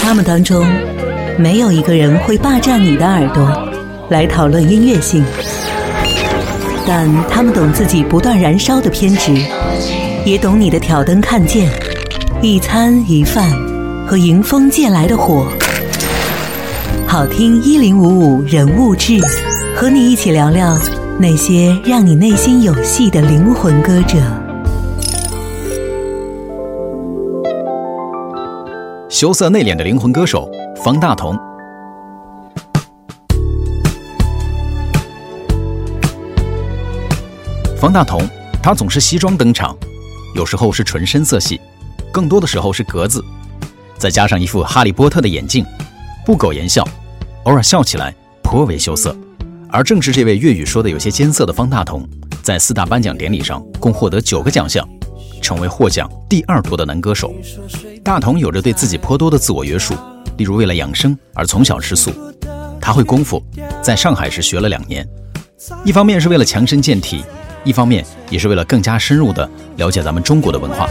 他们当中，没有一个人会霸占你的耳朵来讨论音乐性，但他们懂自己不断燃烧的偏执，也懂你的挑灯看剑，一餐一饭和迎风借来的火。好听1055人物志，和你一起聊聊那些让你内心有戏的灵魂歌者。 羞涩内敛的灵魂歌手方大同。方大同，他总是西装登场，有时候是纯深色系，更多的时候是格子，再加上一副哈利波特的眼镜，不苟言笑，偶尔笑起来颇为羞涩。而正是这位粤语说的有些艰涩的方大同，在4大颁奖典礼上共获得9个奖项，成为获奖第2多的男歌手。大同有着对自己颇多的自我约束，例如为了养生而从小吃素。他会功夫，在上海时学了2年，一方面是为了强身健体，一方面也是为了更加深入地了解咱们中国的文化。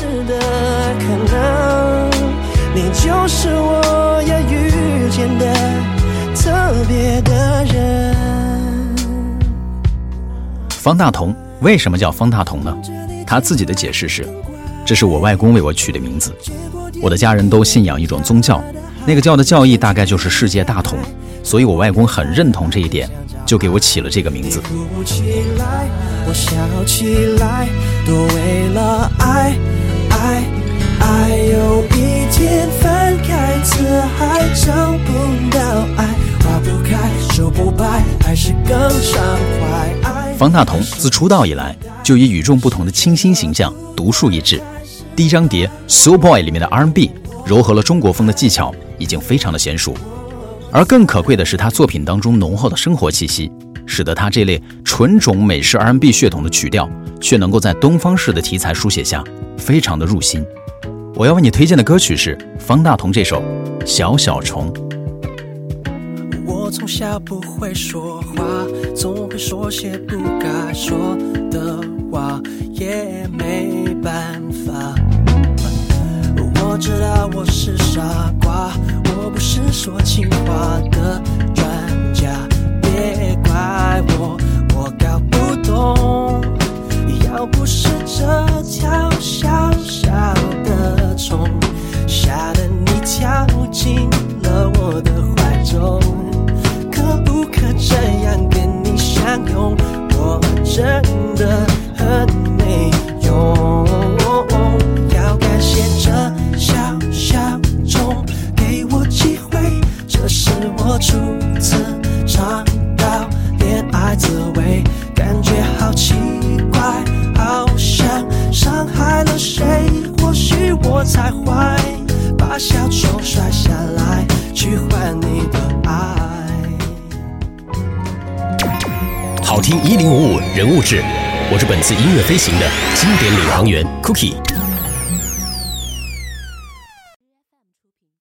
你就是我要遇见的特别的人。 方大同为什么叫方大同呢？他自己的解释是，这是我外公为我取的名字，我的家人都信仰一种宗教，那个教的教义大概就是世界大同，所以我外公很认同这一点，就给我起了这个名字。 我笑起来都为了爱，爱有一天翻开字还找不到爱，花不开手不白，还是更常怀。 方大同自出道以来就以与众不同的清新形象独树一帜，第一张碟 Soul Boy 里面的 R&B 糅合了中国风的技巧已经非常的娴熟，而更可贵的是他作品当中浓厚的生活气息，使得他这类纯种美式 R&B 血统的曲调却能够在东方式的题材书写下非常的入心。我要为你推荐的歌曲是方大同这首《小小虫》。 我从小不会说话，总会说些不该说的话，也没办法。我知道我是傻瓜，我不是说情话的专家，别怪我，我搞不懂。要不是这条小小的虫，吓得你跳进了我的怀中，可不可这样跟你相拥？我真的很没用。要感谢这小小虫给我机会，这是我初次尝到恋爱滋味，感觉好奇怪，好像伤害了谁，或许我才坏，把小虫甩下来去换你的爱。 好听1055人物志，我是本次音乐飞行的经典领航员 Cookie。